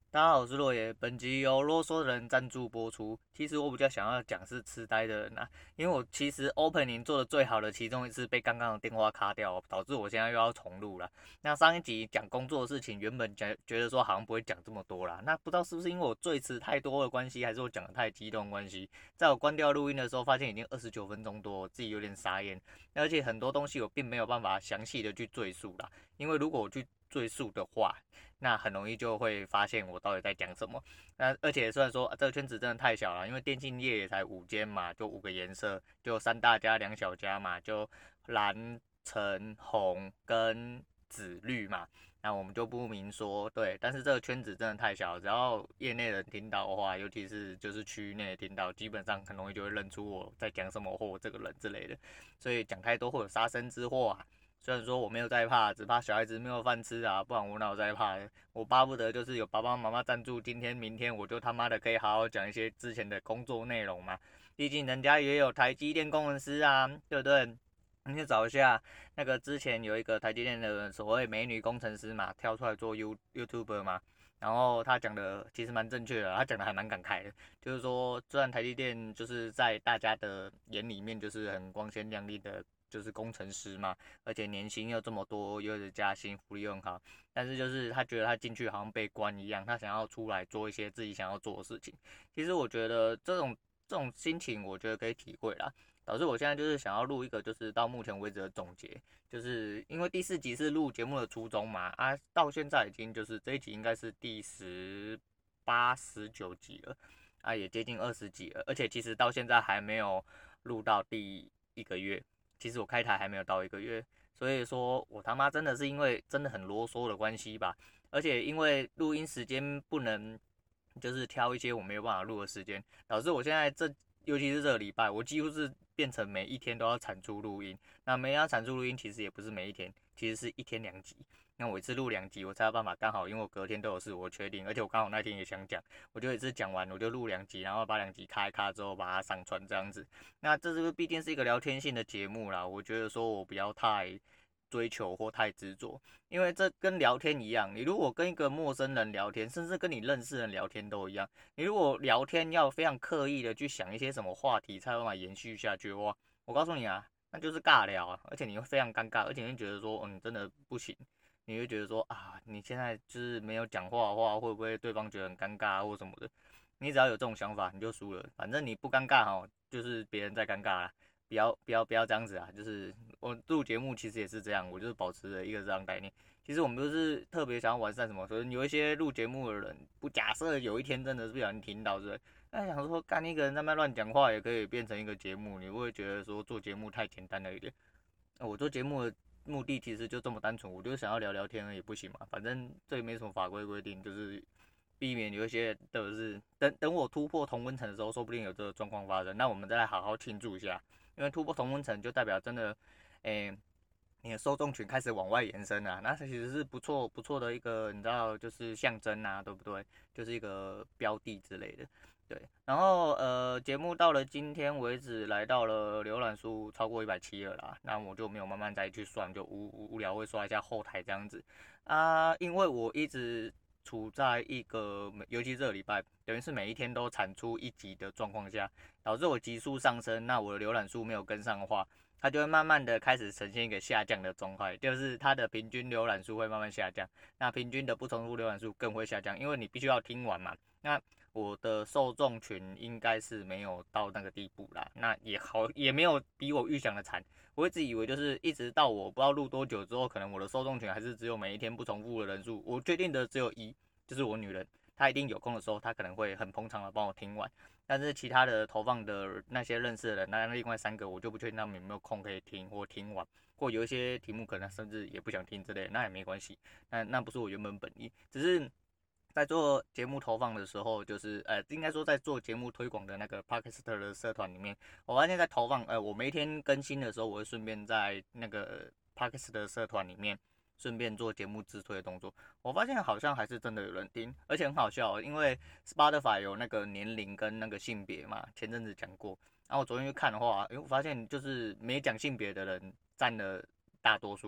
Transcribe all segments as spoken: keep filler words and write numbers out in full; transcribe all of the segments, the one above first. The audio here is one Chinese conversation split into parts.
大家好，我是洛野。本集由啰嗦的人赞助播出。其实我比较想要讲是痴呆的人啊，因为我其实 opening 做的最好的其中一次被刚刚的电话卡掉，导致我现在又要重录了。那上一集讲工作的事情，原本觉觉得说好像不会讲这么多啦，那不知道是不是因为我赘词太多的关系，还是我讲的太激动的关系，在我关掉录音的时候，发现已经二十九分钟多，我自己有点傻眼。而且很多东西我并没有办法详细的去赘述啦，因为如果我去赘述的话，那很容易就会发现我到底在讲什么。那而且虽然说、啊、这个圈子真的太小了，因为电信业也才五间嘛，就五个颜色，就三大家两小家嘛，就蓝、橙、红跟紫绿嘛。那我们就不明说，对，但是这个圈子真的太小，只要业内人听到的话，尤其是就是区域内听到，基本上很容易就会认出我在讲什么或我这个人之类的，所以讲太多会有杀身之祸啊。虽然说我没有在怕，只怕小孩子没有饭吃啊，不然我哪有在怕的？我巴不得就是有爸爸妈妈赞助，今天明天我就他妈的可以好好讲一些之前的工作内容嘛。毕竟人家也有台积电工程师啊，对不对？你去找一下那个之前有一个台积电的所谓美女工程师嘛，跳出来做 You YouTuber 嘛，然后他讲的其实蛮正确的，他讲的还蛮感慨的，就是说虽然台积电就是在大家的眼里面就是很光鲜亮丽的，就是工程师嘛，而且年薪又这么多，又是加薪，福利又很好，但是就是他觉得他进去好像被关一样，他想要出来做一些自己想要做的事情。其实我觉得这种这种心情，我觉得可以体会啦。导致我现在就是想要录一个，就是到目前为止的总结，就是因为第四集是录节目的初衷嘛，啊，到现在已经就是这一集应该是第十八、十九集了，啊，也接近二十集了，而且其实到现在还没有录到第一个月，其实我开台还没有到一个月，所以说我他妈真的是因为真的很啰嗦的关系吧，而且因为录音时间不能就是挑一些我没有办法录的时间，导致我现在这尤其是这个礼拜，我几乎是变成每一天都要产出录音。那每天要产出录音，其实也不是每一天，其实是一天两集。那我一次录两集，我才有办法刚好，因为我隔天都有事，我确定，而且我刚好那天也想讲，我就一次讲完，我就录两集，然后把两集开开之后把它上传这样子。那这是毕竟是一个聊天性的节目啦，我觉得说我不要太追求或太执着，因为这跟聊天一样，你如果跟一个陌生人聊天，甚至跟你认识人聊天都一样，你如果聊天要非常刻意的去想一些什么话题才有办法延续下去的话，我告诉你啊，那就是尬聊啊，而且你会非常尴尬，而且你会觉得说，嗯，真的不行，你会觉得说啊，你现在就是没有讲话的话，会不会对方觉得很尴尬或什么的？你只要有这种想法，你就输了。反正你不尴尬哈，就是别人在尴尬啦。不要不要不要这样子啊！就是我录节目其实也是这样，我就是保持着一个这样概念。其实我们不是特别想要完善什么，所以有一些录节目的人，不假设有一天真的是不小心听到，对不对？那想说干一个人在那乱讲话，也可以变成一个节目，你不会觉得说做节目太简单了一点？我做节目的目的其实就这么单纯，我就是想要聊聊天而已，不行嘛？反正这也没什么法规规定，就是避免有一些的是等等我突破同温层的时候，说不定有这个状况发生，那我们再来好好庆祝一下。因为突破同温层就代表真的，诶、欸你的受众群开始往外延伸啊，那其实是不错不错的一个，你知道就是象征啊，对不对？就是一个标的之类的，对。然后呃，节目到了今天为止，来到了浏览数超过一百七了啦，那我就没有慢慢再去算，就无无无聊会刷一下后台这样子啊，因为我一直处在一个，尤其这个礼拜，等于是每一天都产出一集的状况下。导致我急速上升，那我的浏览数没有跟上的话，它就会慢慢的开始呈现一个下降的状态，就是它的平均浏览数会慢慢下降，那平均的不重复浏览数更会下降，因为你必须要听完嘛。那我的受众群应该是没有到那个地步啦，那也好，也没有比我预想的惨。我一直以为就是一直到我不知道录多久之后，可能我的受众群还是只有每一天不重复的人数，我确定的只有一，就是我女人，她一定有空的时候，她可能会很捧场的帮我听完。但是其他的投放的那些认识的人，那另外三个我就不确定他们有没有空可以听或听完，或有一些题目可能甚至也不想听之类的，那也没关系，那那不是我原本本意，只是在做节目投放的时候，就是呃，应该说在做节目推广的那个 Podcast 的社团里面，我发现在投放，呃，我每一天更新的时候，我会顺便在那个 Podcast 的社团里面。顺便做节目自推的动作，我发现好像还是真的有人听，而且很好笑，因为 Spotify 有那个年龄跟那个性别嘛，前阵子讲过。然后我昨天去看的话，哎，我发现就是没讲性别的人占了大多数，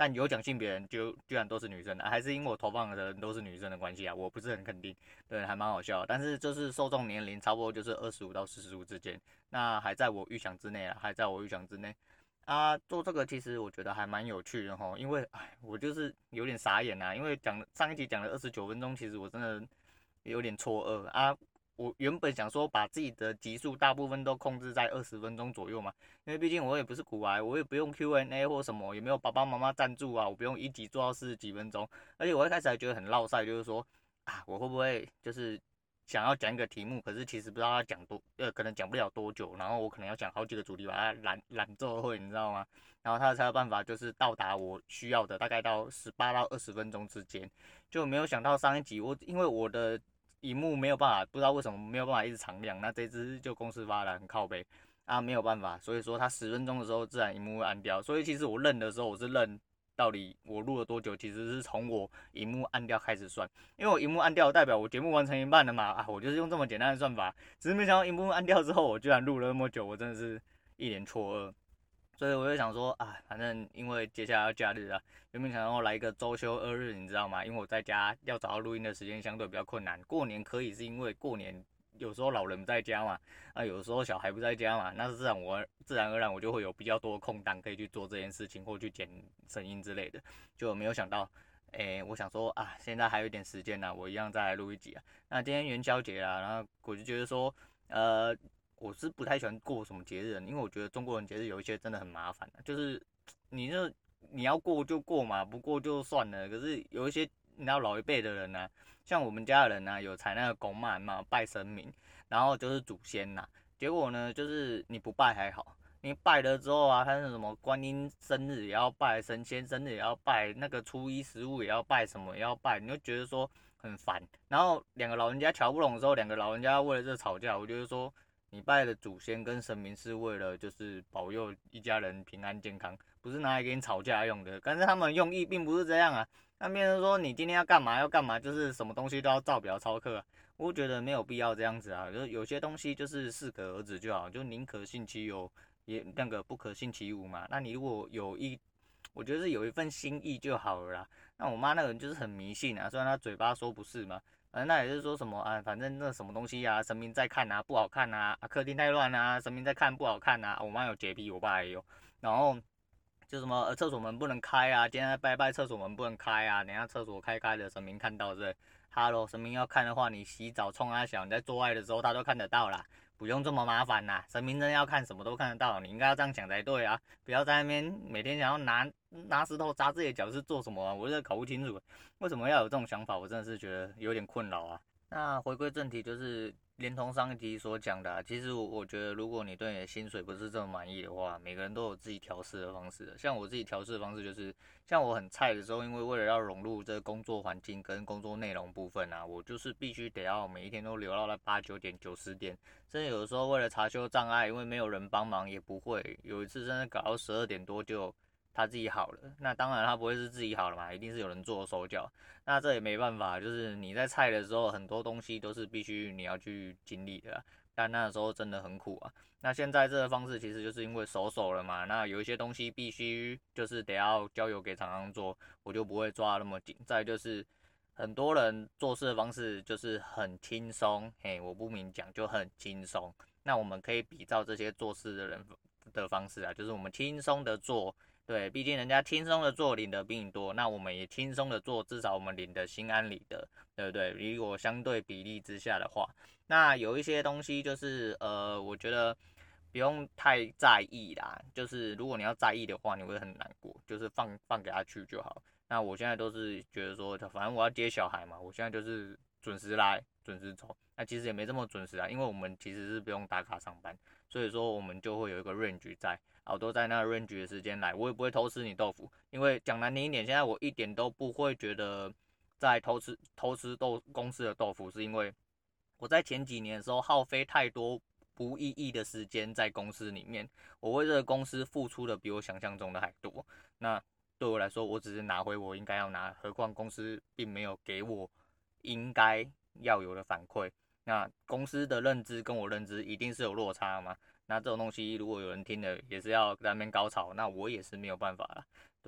但有奖性别人就居然都是女生的，还是因为我投放的人都是女生的关系啊？我不是很肯定，对，还蛮好笑的。但是就是受众年龄差不多就是二十五到四十五之间，那还在我预想之内啊，还在我预想之内。啊，做这个其实我觉得还蛮有趣的哈，因为哎，我就是有点傻眼呐，因为讲上一集讲了二十九分钟，其实我真的有点错愕啊。我原本想说把自己的集数大部分都控制在二十分钟左右嘛，因为毕竟我也不是股癌，我也不用 Q and A 或什么，也没有爸爸妈妈赞助啊，我不用一集做到四十几分钟，而且我一开始还觉得很落赛，就是说啊，我会不会就是想要讲一个题目，可是其实不知道要讲多，呃，可能讲不了多久，然后我可能要讲好几个主题把它揽揽做会，你知道吗？然后他才有办法就是到达我需要的大概到十八到二十分钟之间，就没有想到上一集我因为我的荧幕没有办法，不知道为什么没有办法一直常亮，那这支就公司发的很靠背啊，没有办法，所以说它十分钟的时候自然荧幕会暗掉，所以其实我认的时候我是认到底我录了多久，其实是从我荧幕暗掉开始算，因为我荧幕暗掉代表我节目完成一半了嘛，啊，我就是用这么简单的算法，只是没想到荧幕暗掉之后，我居然录了那么久，我真的是一脸错愕。所以我就想说，啊，反正因为接下来要假日啊，原本想要来一个周休二日，你知道吗？因为我在家要找到录音的时间相对比较困难。过年可以是因为过年有时候老人不在家嘛，啊，有时候小孩不在家嘛，那自然我自然而然我就会有比较多的空档可以去做这件事情，或去剪声音之类的。就没有想到，诶，我想说啊，现在还有一点时间呢、啊，我一样再来录一集啊。那今天元宵节啊，然后我就觉得说，呃。我是不太喜欢过什么节日的，因为我觉得中国人节日有一些真的很麻烦，就是你就你要过就过嘛，不过就算了。可是有一些你知道老一辈的人呢、啊，像我们家的人呢、啊，有采那个公妈嘛，拜神明，然后就是祖先呐、啊。结果呢，就是你不拜还好，你拜了之后啊，他是什么观音生日也要拜，神仙生日也要拜，那个初一十五也要拜，什么也要拜，你就觉得说很烦。然后两个老人家瞧不拢的时候，两个老人家为了这吵架，我觉得说。你拜的祖先跟神明是为了就是保佑一家人平安健康，不是拿来给你吵架用的。但是他们用意并不是这样啊。那变成说你今天要干嘛要干嘛，就是什么东西都要照表操课、啊，我觉得没有必要这样子啊。就是有些东西就是适可而止就好，就宁可信其有，也那个不可信其无嘛。那你如果有一，我觉得是有一份心意就好了啦。那我妈那个人就是很迷信啊，虽然她嘴巴说不是嘛。啊，那也就是说什么啊，反正那什么东西啊，神明在看啊，不好看啊，啊客厅太乱啊，神明在看不好看啊。我妈有洁癖，我爸也有，然后就什么呃厕所门不能开啊，今天在拜拜厕所门不能开啊，等下厕所开开的，神明看到这哈喽，神明要看的话，你洗澡冲他小，你在做爱的时候他都看得到啦，不用这么麻烦啦。神明真要看什么都看得到，你应该要这样想才对啊，不要在那边每天想要拿拿石头砸自己的脚是做什么啊？我真的搞不清楚。为什么要有这种想法？我真的是觉得有点困扰啊。那回归正题，就是连同上一集所讲的、啊，其实我我觉得，如果你对你的薪水不是这么满意的话，每个人都有自己调试的方式的。像我自己调试的方式就是，像我很菜的时候，因为为了要融入这个工作环境跟工作内容部分啊，我就是必须得要每一天都留到了八九点、九十点，甚至有的时候为了查修障碍，因为没有人帮忙也不会，有一次真的搞到十二点多就。他自己好了，那当然他不会是自己好了嘛，一定是有人做手脚。那这也没办法，就是你在菜的时候，很多东西都是必须你要去经历的啊，但那时候真的很苦啊。那现在这个方式其实就是因为熟手了嘛，那有一些东西必须就是得要交由给厂商做，我就不会抓那么紧。再就是很多人做事的方式就是很轻松，嘿，我不明讲就很轻松。那我们可以比照这些做事的人的方式啊，就是我们轻松的做。对，毕竟人家轻松的做领的比你多，那我们也轻松的做，至少我们领的心安理得，对不对？如果相对比例之下的话，那有一些东西就是呃，我觉得不用太在意啦。就是如果你要在意的话，你会很难过，就是放放给他去就好。那我现在都是觉得说，反正我要接小孩嘛，我现在就是准时来，准时走。那其实也没这么准时啊，因为我们其实是不用打卡上班，所以说我们就会有一个 range 在。我都在那个 range 的时间来，我也不会偷吃你豆腐，因为讲难听一点，现在我一点都不会觉得在偷吃偷吃豆公司的豆腐，是因为我在前几年的时候耗费太多不意义的时间在公司里面，我为这个公司付出的比我想象中的还多。那对我来说，我只是拿回我应该要拿，何况公司并没有给我应该要有的反馈。那公司的认知跟我认知一定是有落差嘛？那这种东西如果有人听了也是要在那边高潮，那我也是没有办法啦，对啊。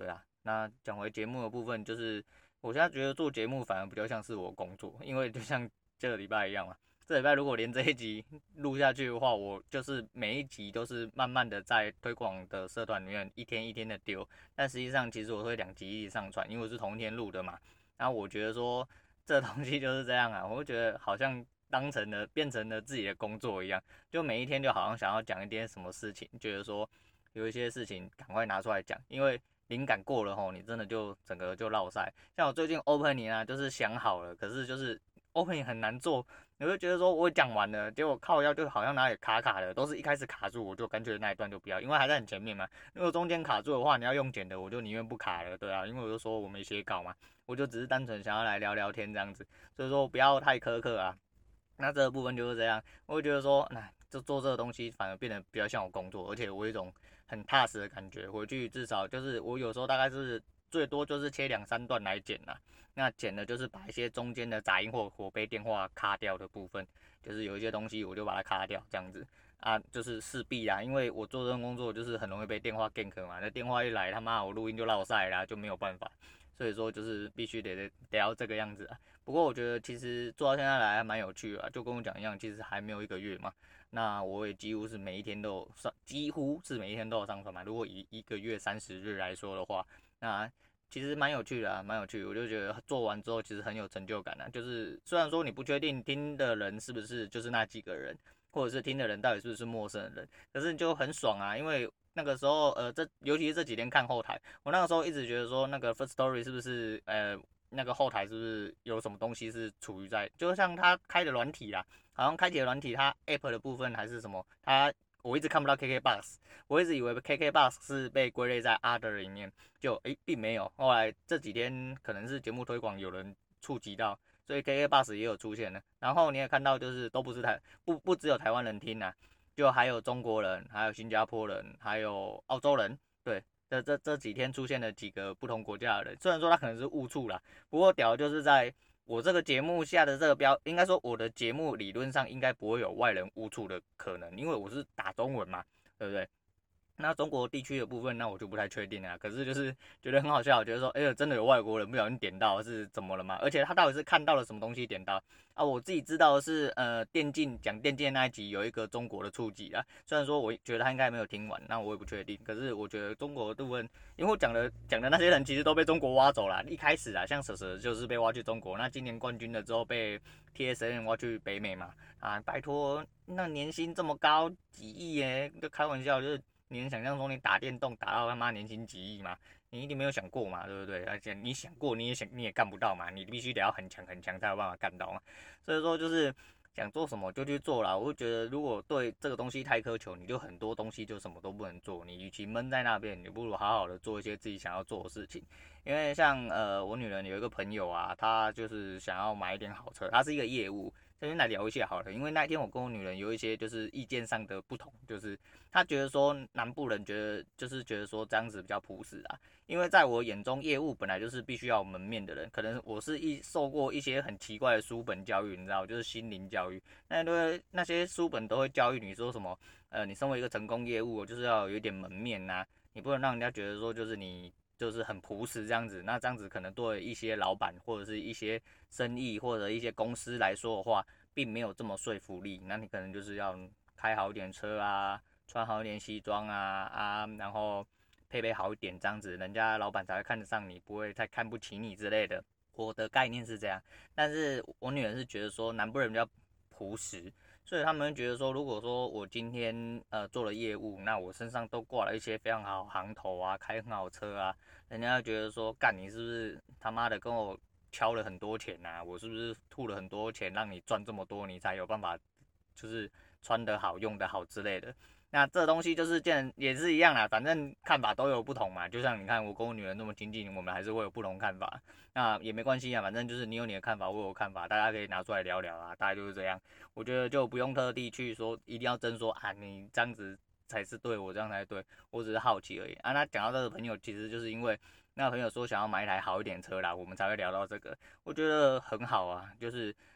那讲回节目的部分，就是我现在觉得做节目反而比较像是我工作，因为就像这个礼拜一样嘛。这礼拜如果连这一集录下去的话，我就是每一集都是慢慢的在推广的社团里面一天一天的丢，但实际上其实我会两集一起上传，因为我是同一天录的嘛。然后我觉得说这东西就是这样啊，我会觉得好像当成了变成了自己的工作一样，就每一天就好像想要讲一点什么事情，觉得说有一些事情赶快拿出来讲，因为灵感过了吼，你真的就整个就落赛。像我最近 opening 啊，就是想好了，可是就是 opening 很难做，你会觉得说我讲完了，结果靠腰就好像哪里卡卡的，都是一开始卡住，我就干脆那一段就不要，因为还在很前面嘛。如果中间卡住的话，你要用剪的，我就宁愿不卡了，对啊，因为我就说我没写稿嘛，我就只是单纯想要来聊聊天这样子，所以说不要太苛刻啊。那这个部分就是这样，我会觉得说，哎，就做这个东西反而变得比较像我工作，而且我有一种很踏实的感觉。回去至少就是我有时候大概是最多就是切两三段来剪啦，那剪的就是把一些中间的杂音或或被电话卡掉的部分，就是有一些东西我就把它卡掉这样子啊，就是势必啦，因为我做这份工作就是很容易被电话 gank 嘛，那电话一来他妈我录音就落赛啦，就没有办法，所以说就是必须得得要这个样子啊。不过我觉得其实做到现在来还蛮有趣的啊，就跟我讲一样，其实还没有一个月嘛，那我也几乎是每一天都有上，几乎是每一天都有上传嘛。如果以一个月三十日来说的话，那其实蛮有趣的啊，蛮有趣的。我就觉得做完之后其实很有成就感啊。就是虽然说你不确定听的人是不是就是那几个人，或者是听的人到底是不是陌生的人，可是你就很爽啊，因为那个时候呃，这尤其是这几天看后台，我那个时候一直觉得说那个 First Story 是不是呃。那个后台是不是有什么东西是处于在，就像他开的软体啦，好像开启的软体，它 App 的部分还是什么，它我一直看不到 K K Box， 我一直以为 K K Box 是被归类在 Other 里面，就诶并没有，后来这几天可能是节目推广有人触及到，所以 K K Box 也有出现了，然后你也看到就是都不是台不不只有台湾人听啊，就还有中国人，还有新加坡人，还有澳洲人，对。这这这几天出现了几个不同国家的人，虽然说他可能是误触啦，不过屌的就是在我这个节目下的这个标，应该说我的节目理论上应该不会有外人误触的可能，因为我是打中文嘛，对不对？那中国地区的部分，那我就不太确定了。可是就是觉得很好笑，觉得说，哎、欸，真的有外国人不小心点到是怎么了吗？而且他到底是看到了什么东西点到啊？我自己知道的是，呃，电竞讲电竞那一集有一个中国的触及啦。虽然说我觉得他应该没有听完，那我也不确定。可是我觉得中国的部分，因为我讲的讲的那些人其实都被中国挖走了。一开始啊，像蛇蛇就是被挖去中国，那今年冠军了之后被 T S N 挖去北美嘛。啊，拜托，那年薪这么高，几亿耶，就开玩笑就是。你能想象说你打电动打到他妈年薪几亿吗？你一定没有想过嘛，对不对？而且你想过你也想你也干不到嘛，你必须得要很强很强才有办法干到嘛。所以说就是想做什么就去做啦。我就觉得如果对这个东西太苛求，你就很多东西就什么都不能做。你与其闷在那边，你不如好好的做一些自己想要做的事情。因为像呃我女人有一个朋友啊，她就是想要买一点好车，她是一个业务。这边来聊一下好了，因为那天我跟我女人有一些就是意见上的不同，就是她觉得说南部人觉得就是觉得说这样子比较朴实啊，因为在我眼中业务本来就是必须要有门面的人，可能我是一受过一些很奇怪的书本教育，你知道，就是心灵教育，那对那些书本都会教育你说什么，呃，你身为一个成功业务，就是要有一点门面呐、啊，你不能让人家觉得说就是你。就是很朴实这样子，那这样子可能对一些老板或者是一些生意或者一些公司来说的话，并没有这么说服力。那你可能就是要开好一点车啊，穿好一点西装啊啊，然后配备好一点，这样子人家老板才会看得上你，不会太看不起你之类的。我的概念是这样，但是我女人是觉得说南部人比较朴实，所以他们觉得说，如果说我今天呃做了业务，那我身上都挂了一些非常好行头啊，开很好车啊，人家觉得说，干你是不是他妈的跟我敲了很多钱啊？我是不是吐了很多钱让你赚这么多，你才有办法就是穿得好、用得好之类的？那这东西就是见也是一样啦，反正看法都有不同嘛。就像你看我跟我女人那么亲近，我们还是会有不同看法。那也没关系啊，反正就是你有你的看法，我有看法，大家可以拿出来聊聊啊，大概就是这样。我觉得就不用特地去说一定要争说啊，你这样子才是对，我这样才对，我只是好奇而已啊。那讲到这个朋友，其实就是因为那个朋友说想要买一台好一点车啦，我们才会聊到这个。我觉得很好啊，就是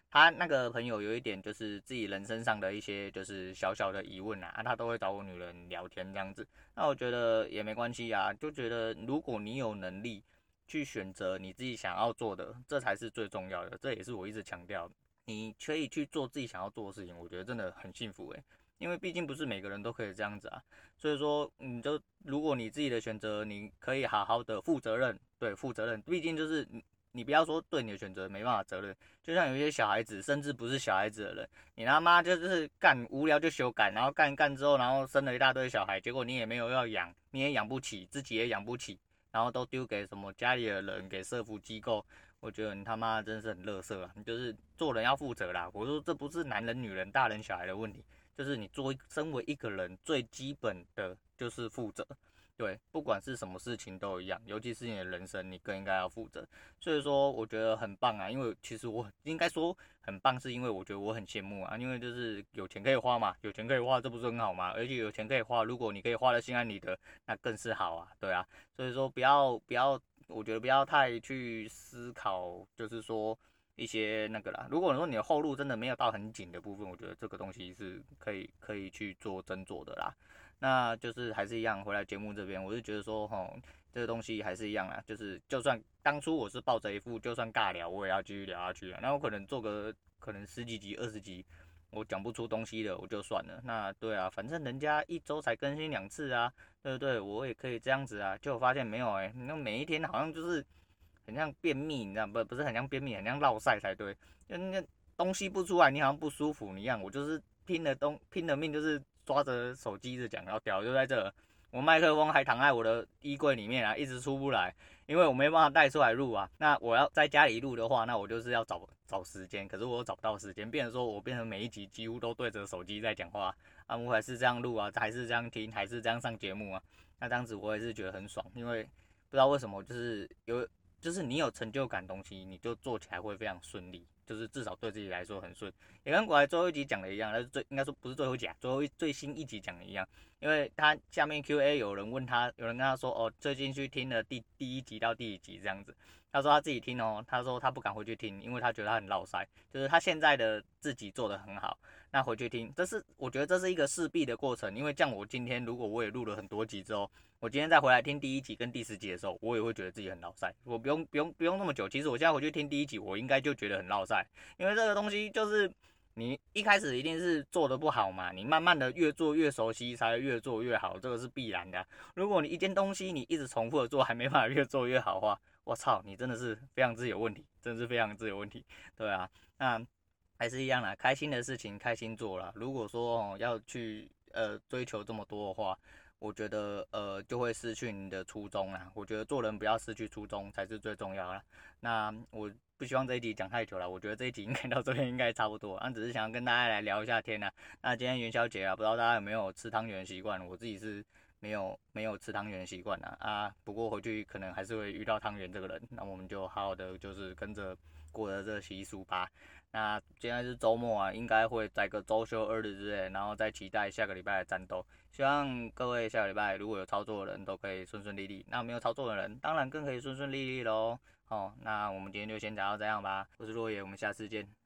他那个朋友有一点就是自己人生上的一些就是小小的疑问啊，啊他都会找我女人聊天这样子。那我觉得也没关系啊，就觉得如果你有能力去选择你自己想要做的，这才是最重要的。这也是我一直强调，你可以去做自己想要做的事情，我觉得真的很幸福诶。因为毕竟不是每个人都可以这样子啊，所以说你就如果你自己的选择，你可以好好的负责任，对，负责任，毕竟就是你你不要说对你的选择没办法责任，就像有一些小孩子，甚至不是小孩子的人，你他妈就是干无聊就修改，然后干一干之后，然后生了一大堆小孩，结果你也没有要养，你也养不起，自己也养不起，然后都丢给什么家里的人，给社福机构。我觉得你他妈真是很垃圾啊！你就是做人要负责啦。我说这不是男人、女人、大人、小孩的问题，就是你作为身为一个人最基本的就是负责。对，不管是什么事情都一样，尤其是你的人生，你更应该要负责。所以说，我觉得很棒啊，因为其实我应该说很棒，是因为我觉得我很羡慕啊，因为就是有钱可以花嘛，有钱可以花，这不是很好吗？而且有钱可以花，如果你可以花得心安理得，那更是好啊，对啊。所以说，不要不要，我觉得不要太去思考，就是说一些那个啦。如果说你的后路真的没有到很紧的部分，我觉得这个东西是可以可以去做斟酌的啦。那就是还是一样，回来节目这边，我是觉得说，吼，这个东西还是一样啦，就是就算当初我是抱着一副就算尬聊，我也要继续聊下去啊。那我可能做个可能十几集、二十集，我讲不出东西的，我就算了。那对啊，反正人家一周才更新两次啊，对不对？我也可以这样子啊。结果发现没有哎、欸，那每一天好像就是很像便秘，你知道不？不是很像便秘，很像落晒才对。就那东西不出来，你好像不舒服一样。我就是拼了东拼了命，就是抓着手机一直讲，然后屌就在这，我麦克风还躺在我的衣柜里面啊，一直出不来，因为我没办法带出来录啊。那我要在家里录的话，那我就是要找找时间，可是我又找不到时间，变成说我变成每一集几乎都对着手机在讲话啊，我还是这样录啊，还是这样听，还是这样上节目啊。那这样子我也是觉得很爽，因为不知道为什么，就是有就是你有成就感的东西，你就做起来会非常顺利，就是至少对自己来说很顺。也跟国来最后一集讲的一样，那是最应该说不是最后一集啊，最后一最新一集讲的一样，因为他下面 Q A 有人问他，有人跟他说哦，最近去听了第第一集到第几集这样子，他说他自己听哦，他说他不敢回去听，因为他觉得他很落塞，就是他现在的自己做得很好，那回去听，这是我觉得这是一个势必的过程，因为像我今天如果我也录了很多集之后。我今天再回来听第一集跟第十集的时候，我也会觉得自己很落塞。我不用不用不用那么久，其实我现在回去听第一集，我应该就觉得很落塞，因为这个东西就是你一开始一定是做的不好嘛，你慢慢的越做越熟悉，才会越做越好，这个是必然的啊。如果你一件东西你一直重复的做，还没办法越做越好的话，我操，你真的是非常之有问题，真的是非常之有问题。对啊，那还是一样啦，开心的事情开心做啦。如果说哦要去呃追求这么多的话，我觉得呃就会失去你的初衷啦。我觉得做人不要失去初衷才是最重要啦。那我不希望这一集讲太久了，我觉得这一集应该到这边应该差不多。那只是想要跟大家来聊一下天啊。那今天元宵节啊，不知道大家有没有吃汤圆的习惯？我自己是没有没有吃汤圆的习惯啊啊。不过回去可能还是会遇到汤圆这个人，那我们就好好的就是跟着过的这个习俗吧。那现在是周末啊，应该会载个周休二日之类，然后再期待下个礼拜的战斗。希望各位下个礼拜如果有操作的人都可以顺顺利利，那没有操作的人当然更可以顺顺利利喽。哦，那我们今天就先讲到这样吧。我是落叶，我们下次见。